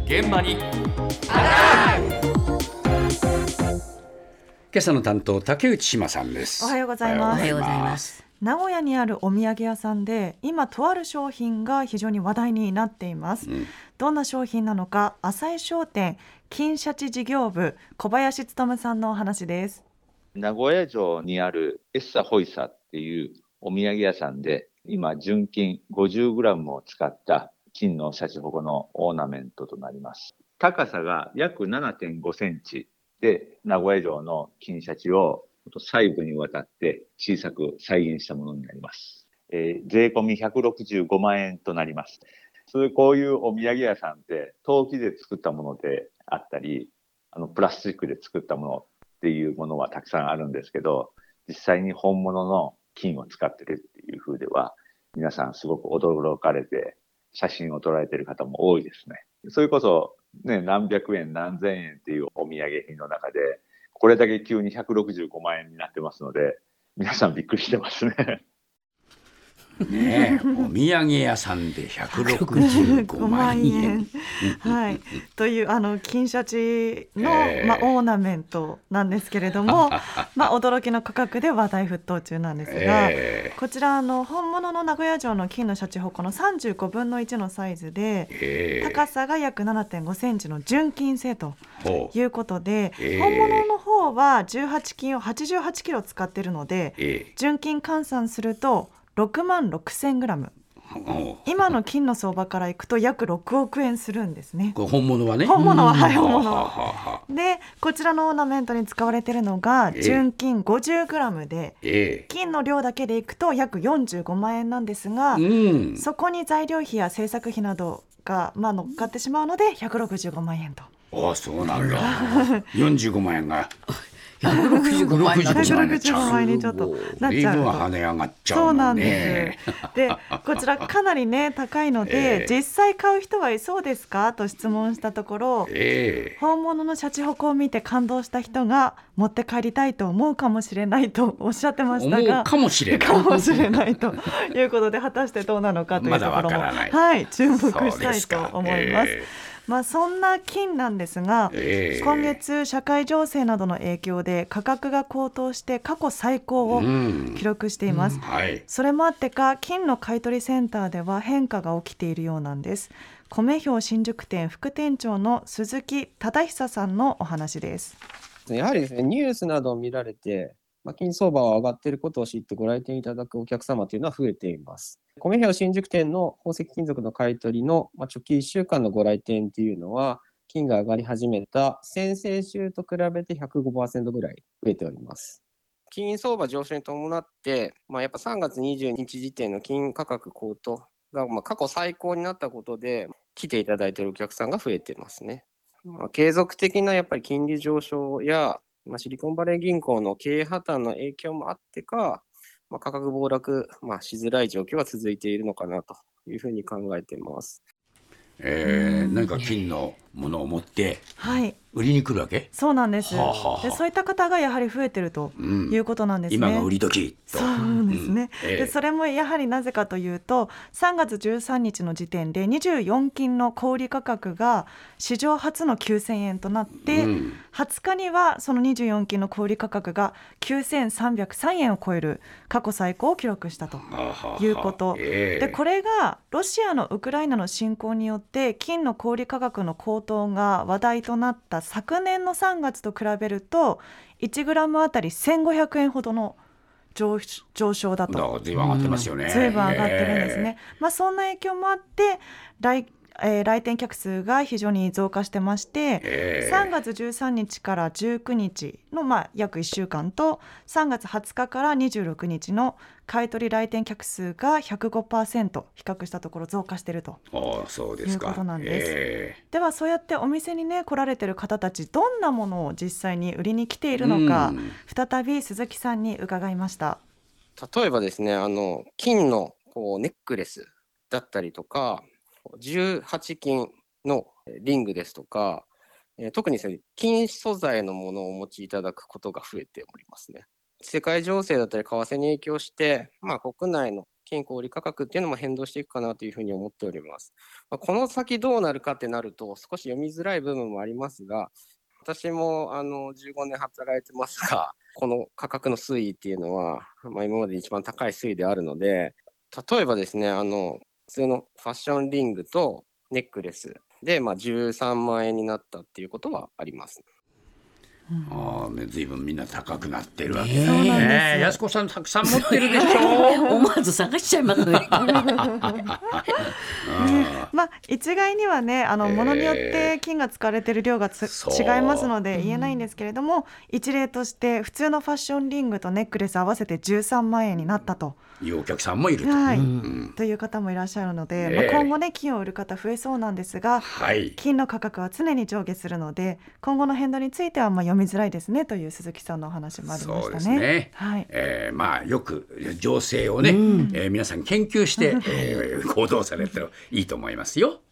現場に今朝の担当竹内志麻さんです。 おはようございます。 おはようございます。 名古屋にあるお土産屋さんで今とある商品が非常に話題になっています、どんな商品なのか浅井商店金シャチ事業部小林勉さんのお話です。 名古屋城にあるエッサホイサっていうお土産屋さんで今純金 50g を使った金のシャチホコのオーナメントとなります。高さが約 7.5 センチで名古屋城の金シャチを細部にわたって小さく再現したものになります。税込み165万円となります。こういうお土産屋さんって陶器で作ったものであったり、プラスチックで作ったものっていうものはたくさんあるんですけど、実際に本物の金を使ってるっていう風では、皆さんすごく驚かれて写真を撮られている方も多いですね。それこそね、何百円何千円っていうお土産品の中で、これだけ急に165万円になってますので、皆さんびっくりしてますね。 ねえ、お土産屋さんで165万円はい、という金シャチの、オーナメントなんですけれども驚きの価格で話題沸騰中なんですが、こちら本物の名古屋城の金のシャチホコの35分の1のサイズで、高さが約 7.5 センチの純金製ということで、本物の方は18金を88キロ使っているので、純金換算すると6万6000グラム、今の金の相場からいくと約6億円するんですね。 本物はね。 本物は、はい、本物はで、こちらのオーナメントに使われているのが純金50グラムで、金の量だけでいくと約45万円なんですが、そこに材料費や制作費などが、乗っかってしまうので165万円と。 ああ、そうなんだ。45万円が 165万円にちょっとなっちゃうと、 跳ね上がっちゃうそうなんのね。 です。で、こちらかなりね高いので、実際買う人はいそうですかと質問したところ、本物のシャチホコを見て感動した人が持って帰りたいと思うかもしれないとおっしゃってましたが、 思うかもしれないということで、果たしてどうなのかというところも、 はい、 注目したいと思います。そんな金なんですが、今月社会情勢などの影響で価格が高騰して過去最高を記録しています、それもあってか金の買取センターでは変化が起きているようなんです。米表新宿店副店長の鈴木忠久さんのお話です。 やはりですね、ニュースなどを見られて、金相場は上がっていることを知ってご来店いただくお客様というのは増えています。米表新宿店の宝石金属の買い取りの直近1週間のご来店というのは、金が上がり始めた先々週と比べて 105% ぐらい増えております。金相場上昇に伴って、やっぱ3月22日時点の金価格高騰が過去最高になったことで、来ていただいているお客さんが増えていますね。継続的なやっぱり金利上昇やシリコンバレー銀行の経営破綻の影響もあってか、価格暴落、しづらい状況は続いているのかなというふうに考えています。 何か金のものを持って売りに来るわけ？ そうなんです。で、そういった方がやはり増えてるということなんですね。 今が売り時と。 そうですね。で、それもやはりなぜかというと、3月13日の時点で24金の小売価格が史上初の9000円となって、20日にはその24金の小売価格が9303円を超える過去最高を記録したということ、で、これがロシアのウクライナの侵攻によって金の小売価格の高騰が話題となった昨年の3月と比べると 1g あたり1500円ほどの上昇だと。 随分上がってますよね。 随分上がってるんですね。そんな影響もあって来店客数が非常に増加してまして、3月13日から19日の約1週間と3月20日から26日の買い取り来店客数が 105% 比較したところ増加しているということなんです。では、そうやってお店に来られている方たち、どんなものを実際に売りに来ているのか、再び鈴木さんに伺いました。 例えばですね、金のネックレスだったりとか、18金のリングですとか、特にですね、金素材のものをお持ちいただくことが増えておりますね。世界情勢だったり為替に影響して、国内の金小売価格っていうのも変動していくかなというふうに思っております。この先どうなるかってなると少し読みづらい部分もありますが、私も15年働いてますが、この価格の推移っていうのは、今まで一番高い推移であるので、例えばですね、普通のファッションリングとネックレスで、13万円になったっていうことはあります。 随分みんな高くなってるわけそうなんです。 安子さんたくさん持ってるでしょ思わず探しちゃいますね。 一概にはね、物によって金が使われている量が違いますので言えないんですけれども、一例として普通のファッションリングとネックレス合わせて13万円になったというお客さんもいると、 という方もいらっしゃるので、今後ね金を売る方増えそうなんですが、金の価格は常に上下するので、今後の変動については読みづらいですねという鈴木さんのお話もありましたね。 そうですね。よく情勢をね、皆さん研究して、行動されたらいいと思いますよ。